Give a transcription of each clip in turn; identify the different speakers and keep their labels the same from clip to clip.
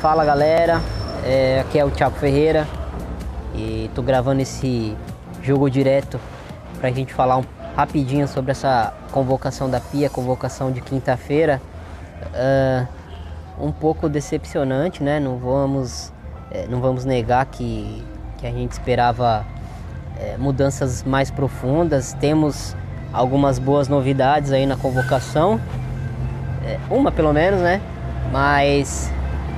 Speaker 1: Fala galera, aqui é o Thiago Ferreira e tô gravando esse jogo direto pra gente falar rapidinho sobre essa convocação da Pia, convocação de quinta-feira. Um pouco decepcionante, né? Não vamos negar que a gente esperava mudanças mais profundas. Temos algumas boas novidades aí na convocação, uma pelo menos, né? Mas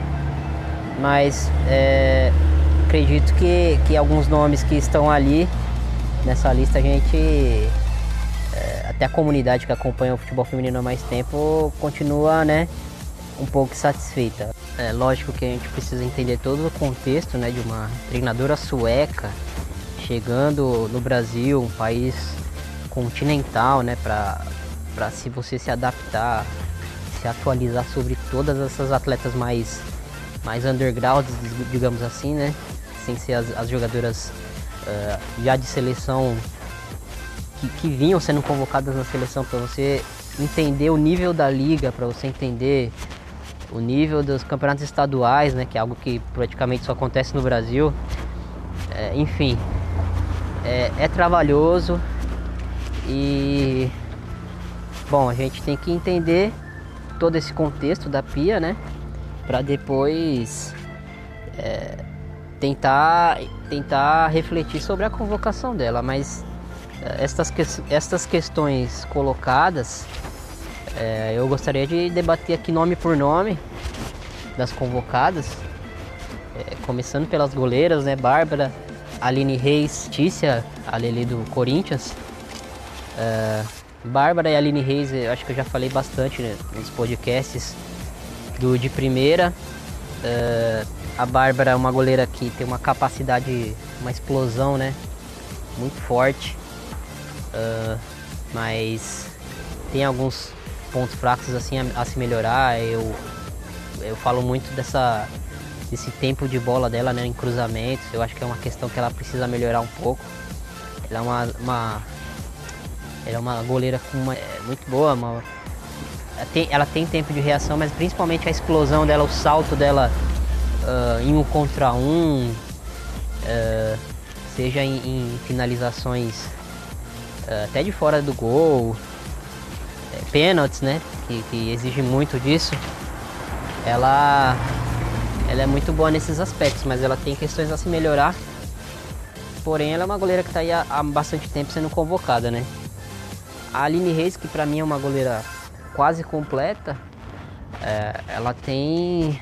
Speaker 1: acredito que alguns nomes que estão ali nessa lista, a gente, até a comunidade que acompanha o futebol feminino há mais tempo, continua, né, um pouco satisfeita. É lógico que a gente precisa entender todo o contexto, né, de uma treinadora sueca chegando no Brasil, um país continental, né, para se você se adaptar, se atualizar sobre todas essas atletas mais underground, digamos assim, né? Sem ser as jogadoras já de seleção que vinham sendo convocadas na seleção, para você entender o nível da liga, para você entender o nível dos campeonatos estaduais, né? Que é algo que praticamente só acontece no Brasil. Enfim, é trabalhoso e, bom, a gente tem que entender todo esse contexto da Pia, né? Para depois tentar refletir sobre a convocação dela. Mas estas questões colocadas, eu gostaria de debater aqui nome por nome das convocadas, começando pelas goleiras, né? Bárbara, Aline Reis, Tícia, a Lelê do Corinthians. Bárbara e Aline Reis, eu acho que eu já falei bastante, né, nos podcasts de primeira. A Bárbara é uma goleira que tem uma capacidade, uma explosão, né, muito forte, mas tem alguns pontos fracos assim a se melhorar. Eu falo muito desse tempo de bola dela, né, em cruzamentos. Eu acho que é uma questão que ela precisa melhorar um pouco. Ela é uma goleira muito boa, ela tem tempo de reação, mas principalmente a explosão dela, o salto dela em 1 contra 1, seja em finalizações até de fora do gol, pênaltis, né, que exige muito disso. Ela é muito boa nesses aspectos, mas ela tem questões a se melhorar. Porém, ela é uma goleira que está aí há bastante tempo sendo convocada, né? A Aline Reis, que para mim é uma goleira quase completa, ela tem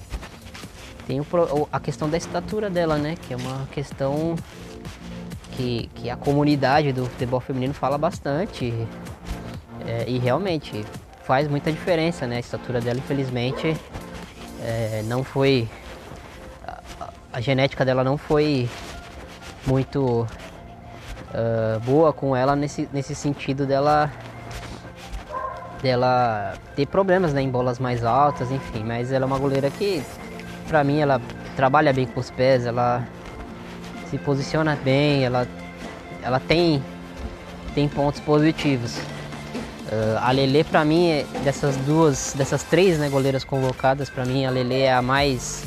Speaker 1: a questão da estatura dela, né? Que é uma questão que a comunidade do futebol feminino fala bastante, e realmente faz muita diferença, né? A estatura dela, infelizmente, não foi... A genética dela não foi muito boa com ela nesse sentido dela ter problemas, né, em bolas mais altas, enfim. Mas ela é uma goleira que, pra mim, ela trabalha bem com os pés, ela se posiciona bem, ela tem pontos positivos. A Lelê, pra mim, dessas três, né, goleiras convocadas, pra mim a Lelê é a mais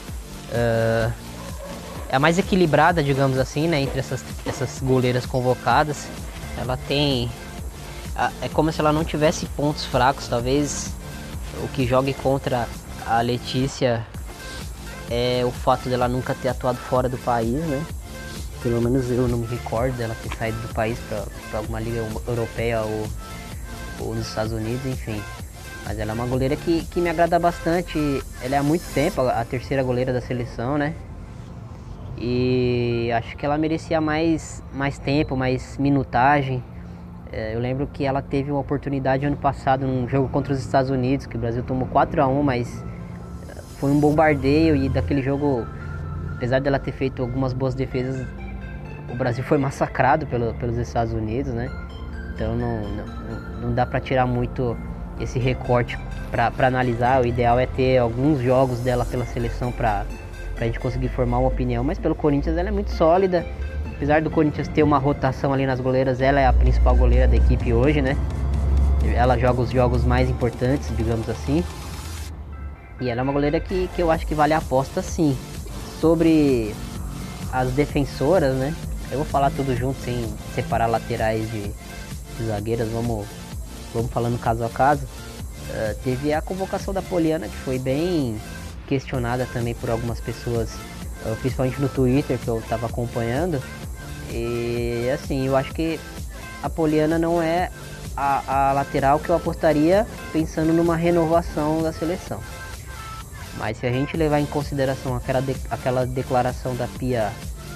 Speaker 1: equilibrada, digamos assim, né, entre essas goleiras convocadas. Ela tem... É como se ela não tivesse pontos fracos. Talvez o que jogue contra a Letícia é o fato dela nunca ter atuado fora do país, né? Pelo menos eu não me recordo dela ter saído do país para alguma liga europeia ou nos Estados Unidos, enfim. Mas ela é uma goleira que me agrada bastante. Ela é há muito tempo a terceira goleira da seleção, né? E acho que ela merecia mais tempo, mais minutagem. Eu lembro que ela teve uma oportunidade ano passado num jogo contra os Estados Unidos, que o Brasil tomou 4-1, mas foi um bombardeio, e daquele jogo, apesar dela ter feito algumas boas defesas, o Brasil foi massacrado pelos Estados Unidos, né? Então não dá para tirar muito esse recorte para analisar. O ideal é ter alguns jogos dela pela seleção para a gente conseguir formar uma opinião. Mas pelo Corinthians ela é muito sólida. Apesar do Corinthians ter uma rotação ali nas goleiras, ela é a principal goleira da equipe hoje, né? Ela joga os jogos mais importantes, digamos assim. E ela é uma goleira que eu acho que vale a aposta sim. Sobre as defensoras, né? Eu vou falar tudo junto sem separar laterais de zagueiras, vamos falando caso a caso. Teve a convocação da Poliana, que foi bem questionada também por algumas pessoas, principalmente no Twitter, que eu estava acompanhando. E assim, eu acho que a Poliana não é a lateral que eu apostaria pensando numa renovação da seleção. Mas se a gente levar em consideração aquela declaração da Pia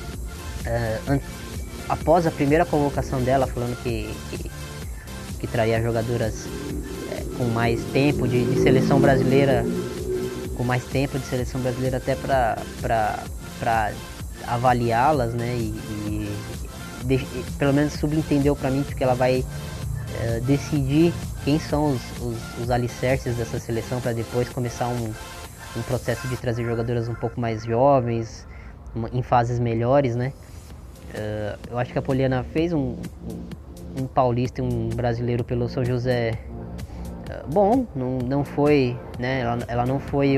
Speaker 1: após a primeira convocação dela, falando que traria jogadoras com mais tempo de seleção brasileira, com mais tempo de seleção brasileira até para avaliá-las, né? E pelo menos subentendeu para mim que ela vai decidir quem são os alicerces dessa seleção para depois começar um processo de trazer jogadoras um pouco mais jovens, em fases melhores, né? Eu acho que a Poliana fez um paulista e um brasileiro pelo São José bom, não foi, né? Ela não foi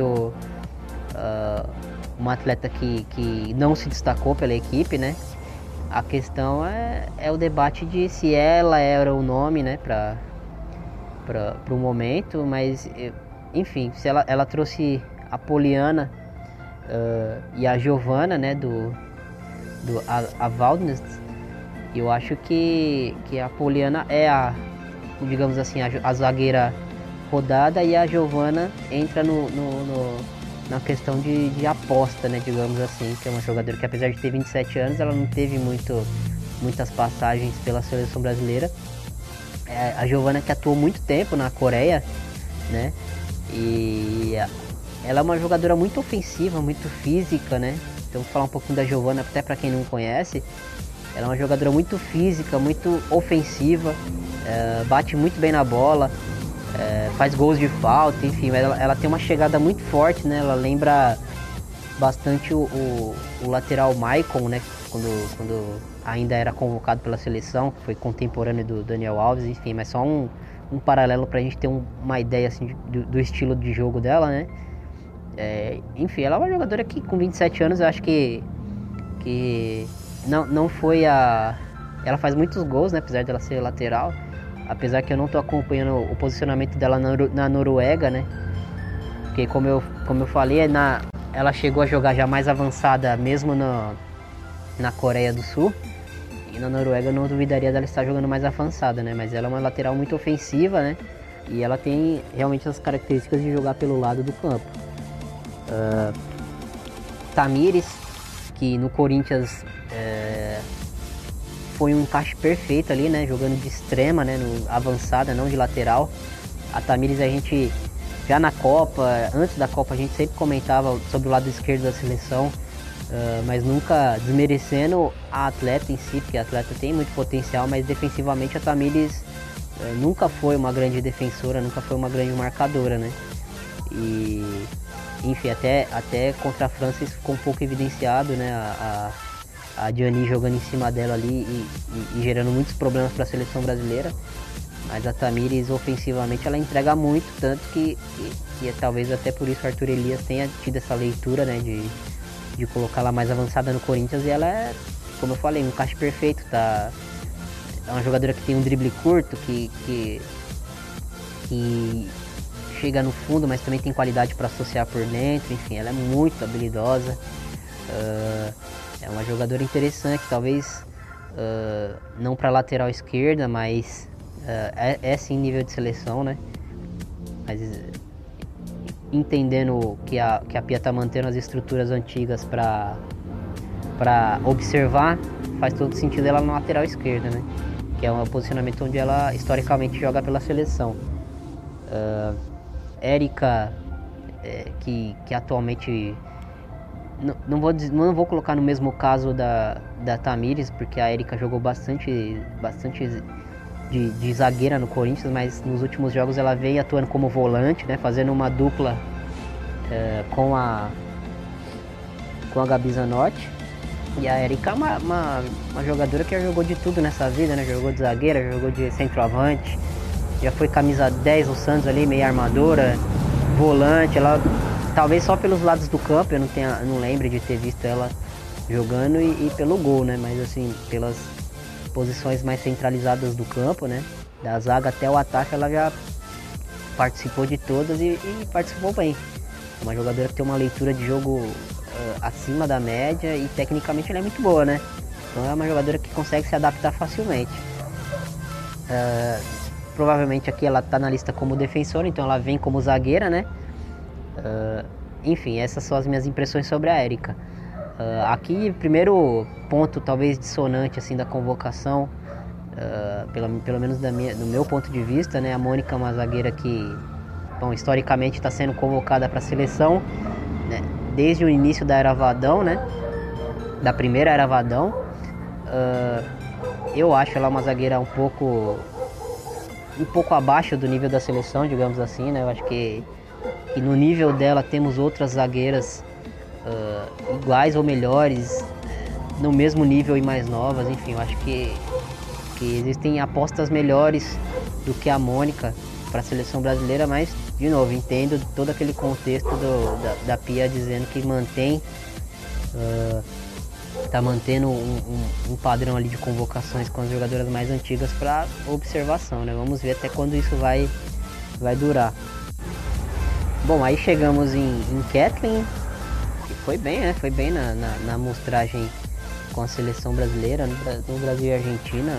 Speaker 1: uma atleta que não se destacou pela equipe, né? A questão é o debate de se ela era o nome, né, para o momento, mas enfim, se ela trouxe a Poliana e a Giovana, né, a Valdnes, eu acho que a Poliana é digamos assim, a zagueira rodada e a Giovana entra na questão de aposta, né, digamos assim, que é uma jogadora que apesar de ter 27 anos, ela não teve muitas passagens pela seleção brasileira. A Giovana que atuou muito tempo na Coreia, né, e ela é uma jogadora muito ofensiva, muito física, né, então vou falar um pouquinho da Giovana até para quem não conhece. Ela é uma jogadora muito física, muito ofensiva, bate muito bem na bola, faz gols de falta, enfim, ela tem uma chegada muito forte, né? Ela lembra bastante o lateral Maicon, né? Quando ainda era convocado pela seleção, que foi contemporâneo do Daniel Alves, enfim, mas só um paralelo pra gente ter uma ideia assim, do estilo de jogo dela, né? Enfim, ela é uma jogadora que com 27 anos eu acho que não foi ela faz muitos gols, né, apesar dela ser lateral, apesar que eu não tô acompanhando o posicionamento dela na Noruega, né, porque como eu falei, ela chegou a jogar já mais avançada mesmo na Coreia do Sul, e na Noruega eu não duvidaria dela estar jogando mais avançada, né, mas ela é uma lateral muito ofensiva, né, e ela tem realmente as características de jogar pelo lado do campo. Tamires, que no Corinthians foi um encaixe perfeito ali, né, jogando de extrema, né, avançada, não de lateral. A Tamires, a gente já na Copa, antes da Copa, a gente sempre comentava sobre o lado esquerdo da seleção, mas nunca desmerecendo a atleta em si, porque a atleta tem muito potencial, mas defensivamente a Tamires nunca foi uma grande defensora, nunca foi uma grande marcadora, né, e enfim, até contra a França isso ficou um pouco evidenciado, né? A Diani jogando em cima dela ali e gerando muitos problemas para a seleção brasileira. Mas a Tamires ofensivamente ela entrega muito, tanto que talvez até por isso o Arthur Elias tenha tido essa leitura, né? De colocar ela mais avançada no Corinthians, e ela é, como eu falei, um encaixe perfeito, tá? É uma jogadora que tem um drible curto, que chega no fundo, mas também tem qualidade para associar por dentro, enfim, ela é muito habilidosa, é uma jogadora interessante, talvez não para lateral esquerda, mas é sim nível de seleção, né? Mas entendendo que a Pia está mantendo as estruturas antigas para observar, faz todo sentido ela na lateral esquerda, né? Que é um posicionamento onde ela historicamente joga pela seleção. Érica, que atualmente não vou colocar no mesmo caso da Tamires, porque a Érica jogou bastante de zagueira no Corinthians, mas nos últimos jogos ela veio atuando como volante, né, fazendo uma dupla com a Gabi Zanotti. E a Érica é uma jogadora que já jogou de tudo nessa vida, né? Jogou de zagueira, já jogou de centroavante, já foi camisa 10 no Santos ali, meia armadora, volante. Ela talvez só pelos lados do campo, eu não lembro de ter visto ela jogando e pelo gol, né? Mas assim, pelas posições mais centralizadas do campo, né? Da zaga até o ataque, ela já participou de todas e participou bem. É uma jogadora que tem uma leitura de jogo acima da média e tecnicamente ela é muito boa, né? Então é uma jogadora que consegue se adaptar facilmente. Provavelmente aqui ela tá na lista como defensora, então ela vem como zagueira, né? Enfim, essas são as minhas impressões sobre a Érica. Aqui, primeiro ponto talvez dissonante assim da convocação, pelo menos do meu ponto de vista, né? A Mônica é uma zagueira que, bom, historicamente está sendo convocada para a seleção, né? Desde o início da Era Vadão, né? Da primeira Era Vadão. Eu acho ela uma zagueira um pouco abaixo do nível da seleção, digamos assim, né? Eu acho que no nível dela temos outras zagueiras iguais ou melhores, no mesmo nível e mais novas. Enfim, eu acho que existem apostas melhores do que a Mônica para a seleção brasileira, mas, de novo, entendo todo aquele contexto da Pia dizendo que está mantendo um padrão ali de convocações com as jogadoras mais antigas para observação, né? Vamos ver até quando isso vai durar. Bom, aí chegamos em Kathleen, que foi bem, né? Foi bem na amostragem com a seleção brasileira, no Brasil e Argentina.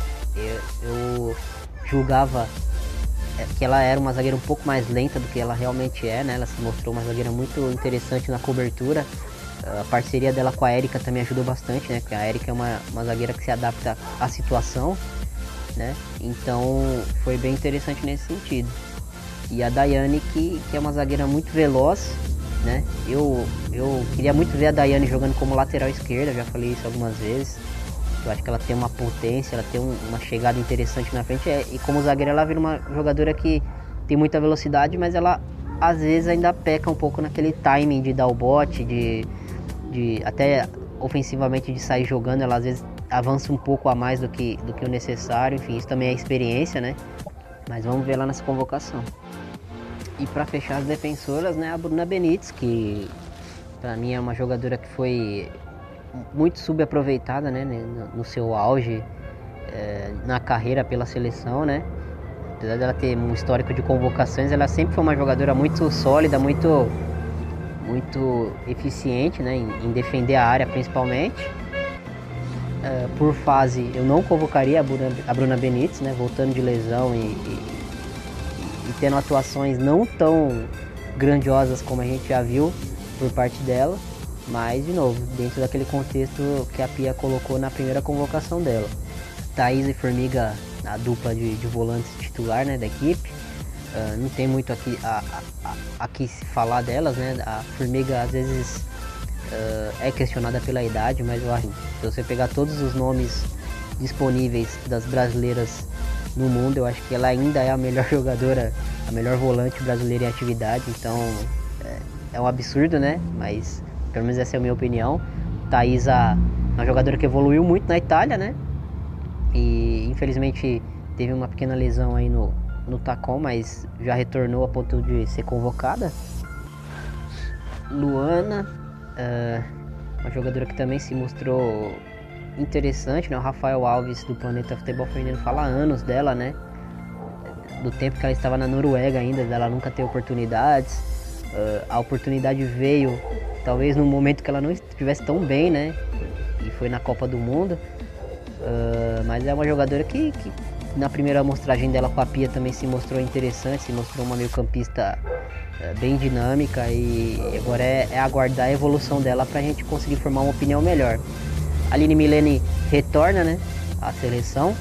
Speaker 1: Eu julgava que ela era uma zagueira um pouco mais lenta do que ela realmente é, né? Ela se mostrou uma zagueira muito interessante na cobertura. A parceria dela com a Érica também ajudou bastante, né? Porque a Érica é uma zagueira que se adapta à situação, né? Então foi bem interessante nesse sentido. E a Daiane, que é uma zagueira muito veloz, né? Eu queria muito ver a Daiane jogando como lateral esquerda, já falei isso algumas vezes. Eu acho que ela tem uma potência, ela tem uma chegada interessante na frente. E como zagueira ela vira uma jogadora que tem muita velocidade, mas ela às vezes ainda peca um pouco naquele timing de dar o bote, de até ofensivamente de sair jogando. Ela às vezes avança um pouco a mais do que o necessário. Enfim, isso também é experiência, né? Mas vamos ver lá nessa convocação. E para fechar as defensoras, né, a Bruna Benites, que para mim é uma jogadora que foi muito subaproveitada, né, no seu auge na carreira pela seleção, né? Apesar dela ter um histórico de convocações, ela sempre foi uma jogadora muito sólida, muito eficiente, né, em defender a área principalmente. Por fase, eu não convocaria a Bruna Benites, né, voltando de lesão e tendo atuações não tão grandiosas como a gente já viu por parte dela, mas, de novo, dentro daquele contexto que a Pia colocou na primeira convocação dela. Thaís e Formiga, a dupla de volantes titular, né, da equipe. Não tem muito aqui se falar delas, né? A Formiga às vezes é questionada pela idade, mas eu acho que se você pegar todos os nomes disponíveis das brasileiras no mundo, eu acho que ela ainda é a melhor jogadora, a melhor volante brasileira em atividade. Então é um absurdo, né? Mas pelo menos essa é a minha opinião. Thaís, uma jogadora que evoluiu muito na Itália, né? E infelizmente teve uma pequena lesão aí no tacão, mas já retornou a ponto de ser convocada. Luana, uma jogadora que também se mostrou interessante, né? O Rafael Alves do Planeta Futebol Feminino fala há anos dela, né? Do tempo que ela estava na Noruega ainda, dela nunca ter oportunidades. A oportunidade veio talvez num momento que ela não estivesse tão bem, né? E foi na Copa do Mundo. Mas é uma jogadora que na primeira amostragem dela com a Pia também se mostrou interessante, se mostrou uma meio-campista bem dinâmica, e agora é aguardar a evolução dela pra gente conseguir formar uma opinião melhor. A Aline Milene retorna, né, à seleção,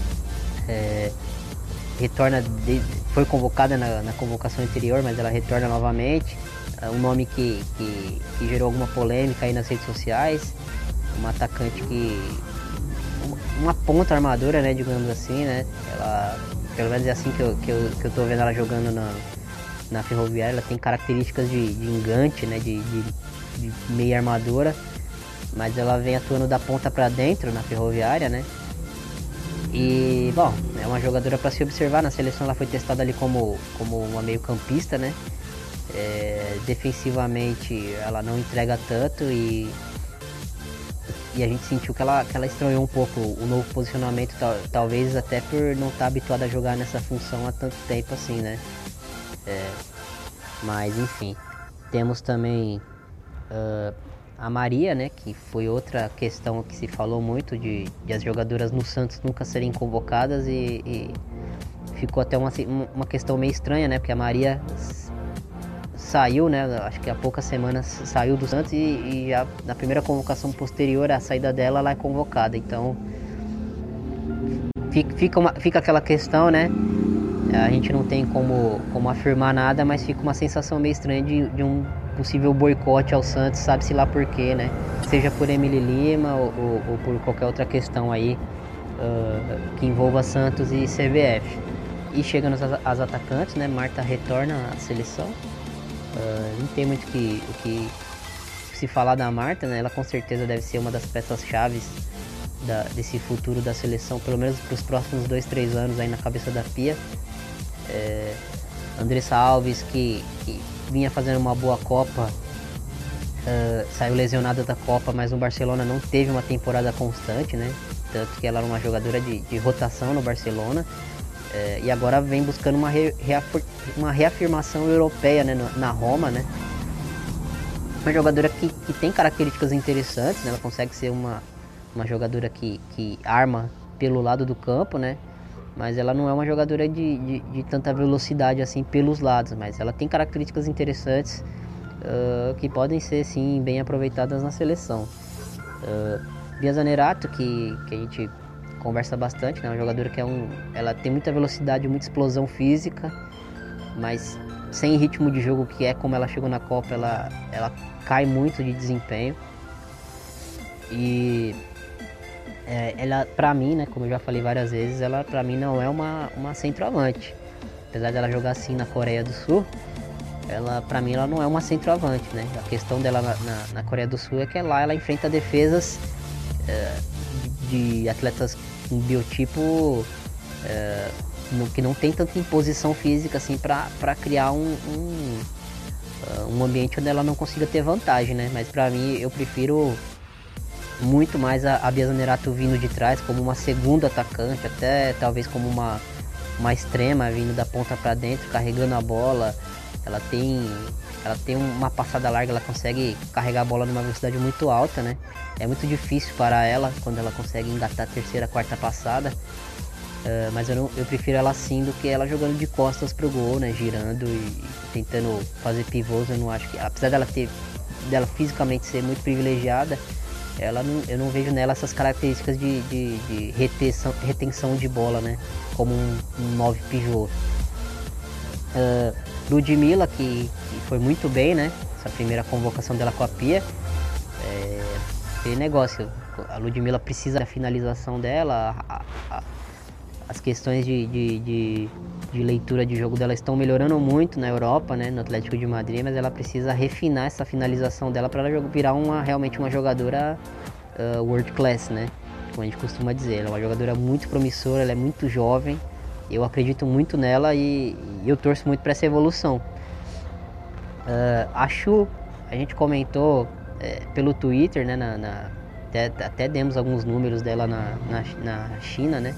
Speaker 1: foi convocada na convocação anterior, mas ela retorna novamente. Um nome que gerou alguma polêmica aí nas redes sociais, uma atacante uma ponta armadura, né, digamos assim, né? Ela, pelo menos é assim que eu tô vendo ela jogando na Ferroviária. Ela tem características de engante, né, de meia armadura, mas ela vem atuando da ponta para dentro na Ferroviária, né? E, bom, é uma jogadora para se observar. Na seleção ela foi testada ali como uma meio campista, né? Defensivamente ela não entrega tanto e a gente sentiu que ela estranhou um pouco o novo posicionamento, talvez até por não estar habituada a jogar nessa função há tanto tempo assim, né? Mas enfim, temos também a Maria, né, que foi outra questão que se falou muito de as jogadoras no Santos nunca serem convocadas e ficou até uma questão meio estranha, né, porque a Maria saiu, né, acho que há poucas semanas saiu do Santos e já na primeira convocação posterior à saída dela, ela é convocada, então fica aquela questão, né, a gente não tem como afirmar nada, mas fica uma sensação meio estranha de um possível boicote ao Santos, sabe-se lá por quê, né? Seja por Emily Lima ou por qualquer outra questão aí que envolva Santos e CBF. E chegando as atacantes, né? Marta retorna à seleção. Não tem muito o que se falar da Marta, né? Ela com certeza deve ser uma das peças-chave desse futuro da seleção, pelo menos para os próximos 2-3 anos aí na cabeça da Pia. Andressa Alves, que vinha fazendo uma boa Copa, saiu lesionada da Copa, mas no Barcelona não teve uma temporada constante, né? Tanto que ela era uma jogadora de rotação no Barcelona, e agora vem buscando uma reafirmação europeia, né? Na Roma, né? Uma jogadora que tem características interessantes, né? Ela consegue ser uma jogadora que arma pelo lado do campo, né? Mas ela não é uma jogadora de tanta velocidade assim pelos lados, mas ela tem características interessantes que podem ser sim bem aproveitadas na seleção. Bia Zanerato, que a gente conversa bastante, né? Uma jogadora que ela tem muita velocidade, muita explosão física, mas sem ritmo de jogo, que é como ela chegou na Copa, ela cai muito de desempenho. E ela, pra mim, né, como eu já falei várias vezes, ela pra mim não é uma centroavante. Apesar dela jogar assim na Coreia do Sul, pra mim ela não é uma centroavante, né? A questão dela na Coreia do Sul é que lá ela enfrenta defesas de atletas com biotipo que não tem tanta imposição física assim pra criar um ambiente onde ela não consiga ter vantagem, né? Mas pra mim eu prefiro muito mais a Bia Zanerato vindo de trás como uma segunda atacante, até talvez como uma extrema vindo da ponta para dentro, carregando a bola. Ela tem uma passada larga, ela consegue carregar a bola numa velocidade muito alta, né? É muito difícil para ela quando ela consegue engatar a terceira, quarta passada. Mas eu prefiro ela assim do que ela jogando de costas pro gol, né? Girando e tentando fazer pivôs. Eu não acho que, apesar dela fisicamente ser muito privilegiada, eu não vejo nela essas características de retenção de bola, né? Como um 9 pivô. Ludmilla, que foi muito bem, né? Essa primeira convocação dela com a Pia. Aquele negócio, a Ludmilla precisa da finalização dela, as questões de leitura de jogo dela estão melhorando muito na Europa, né, no Atlético de Madrid, mas ela precisa refinar essa finalização dela para ela virar realmente uma jogadora world class, né, como a gente costuma dizer. Ela é uma jogadora muito promissora, ela é muito jovem, eu acredito muito nela e eu torço muito para essa evolução. A Chu, a gente comentou pelo Twitter, né, até demos alguns números dela na China, né,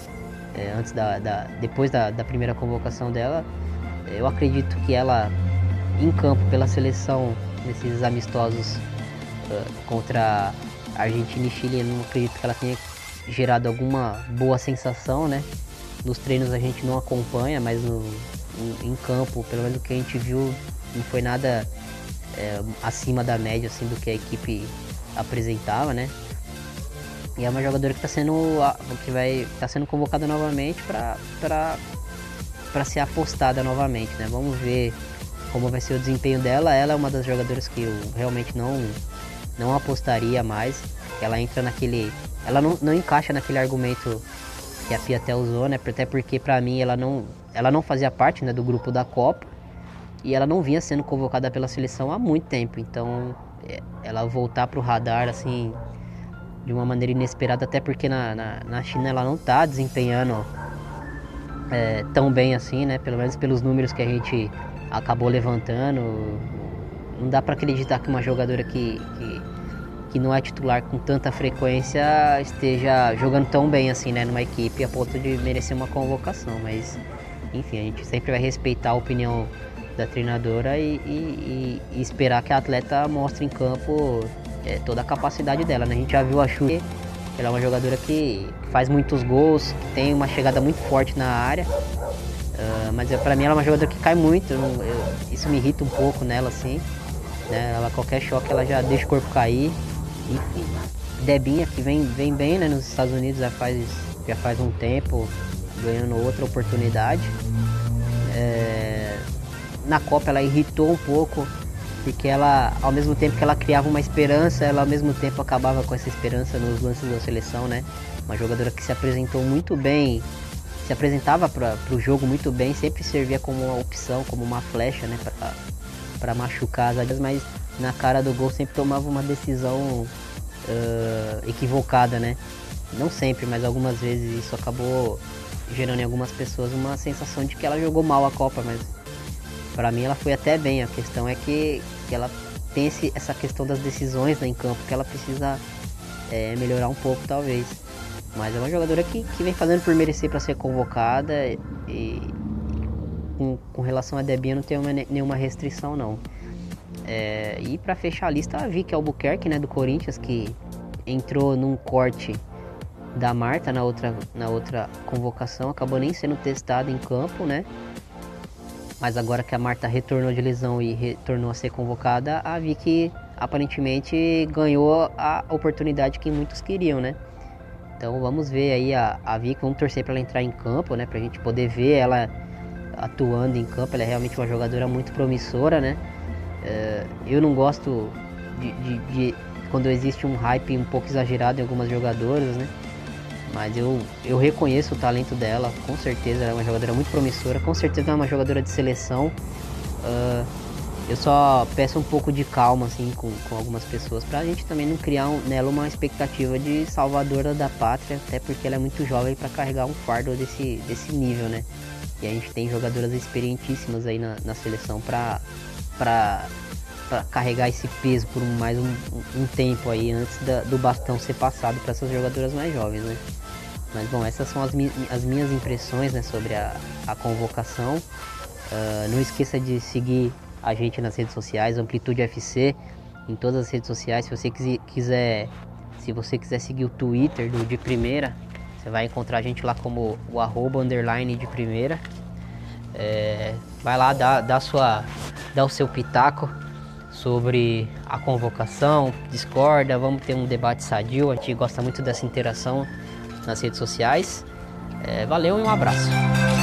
Speaker 1: depois da primeira convocação dela. Eu acredito que ela, em campo pela seleção, nesses amistosos contra Argentina e Chile, eu não acredito que ela tenha gerado alguma boa sensação, né? Nos treinos a gente não acompanha, mas em campo, pelo menos o que a gente viu, não foi nada acima da média assim, do que a equipe apresentava, né? E é uma jogadora que está sendo convocada novamente para ser apostada novamente, né? Vamos ver como vai ser o desempenho dela. Ela é uma das jogadoras que eu realmente não apostaria mais. Ela entra ela não encaixa naquele argumento que a Pia até usou, né? Até porque para mim ela não fazia parte, né, do grupo da Copa e ela não vinha sendo convocada pela seleção há muito tempo. Então ela voltar pro radar assim de uma maneira inesperada, até porque na China ela não está desempenhando tão bem assim, né? Pelo menos pelos números que a gente acabou levantando. Não dá para acreditar que uma jogadora que não é titular com tanta frequência esteja jogando tão bem assim, né? Numa equipe a ponto de merecer uma convocação. Mas, enfim, a gente sempre vai respeitar a opinião da treinadora e esperar que a atleta mostre em campo toda a capacidade dela, né? A gente já viu a Chu, ela é uma jogadora que faz muitos gols, que tem uma chegada muito forte na área, mas pra mim ela é uma jogadora que cai muito, isso me irrita um pouco nela, assim, né? Ela, qualquer choque ela já deixa o corpo cair. Enfim, Debinha, que vem bem, né, nos Estados Unidos já faz um tempo, ganhando outra oportunidade. Na Copa ela irritou um pouco, porque ela, ao mesmo tempo que ela criava uma esperança, ela ao mesmo tempo acabava com essa esperança nos lances da seleção, né? Uma jogadora que se apresentou muito bem, se apresentava para o jogo muito bem, sempre servia como uma opção, como uma flecha, né, para machucar as zagueiras, mas na cara do gol sempre tomava uma decisão equivocada, né? Não sempre, mas algumas vezes isso acabou gerando em algumas pessoas uma sensação de que ela jogou mal a Copa, mas para mim ela foi até bem. A questão é que ela tem essa questão das decisões, né, em campo, que ela precisa melhorar um pouco talvez. Mas é uma jogadora que vem fazendo por merecer para ser convocada, e com relação a Debinha não tem nenhuma restrição não. E para fechar a lista, a Vicky Albuquerque, né, do Corinthians, que entrou num corte da Marta na outra convocação, acabou nem sendo testada em campo, né? Mas agora que a Marta retornou de lesão e retornou a ser convocada, a Vicky aparentemente ganhou a oportunidade que muitos queriam, né? Então vamos ver aí a Vicky, vamos torcer para ela entrar em campo, né? Pra gente poder ver ela atuando em campo. Ela é realmente uma jogadora muito promissora, né? Eu não gosto de quando existe um hype um pouco exagerado em algumas jogadoras, né? Mas eu reconheço o talento dela, com certeza ela é uma jogadora muito promissora, com certeza é uma jogadora de seleção. Eu só peço um pouco de calma assim com algumas pessoas, pra gente também não criar nela uma expectativa de salvadora da pátria, até porque ela é muito jovem para carregar um fardo desse nível, né? E a gente tem jogadoras experientíssimas aí na seleção para carregar esse peso por mais um tempo aí antes do bastão ser passado para essas jogadoras mais jovens, né? Mas bom, essas são as minhas impressões, né, sobre a convocação. Não esqueça de seguir a gente nas redes sociais, Amplitude FC, em todas as redes sociais. Se você quiser seguir o Twitter do De Primeira, você vai encontrar a gente lá como o @_ de primeira. Vai lá, dá o seu pitaco sobre a convocação, discorda, vamos ter um debate sadio, a gente gosta muito dessa interação nas redes sociais. Valeu e um abraço.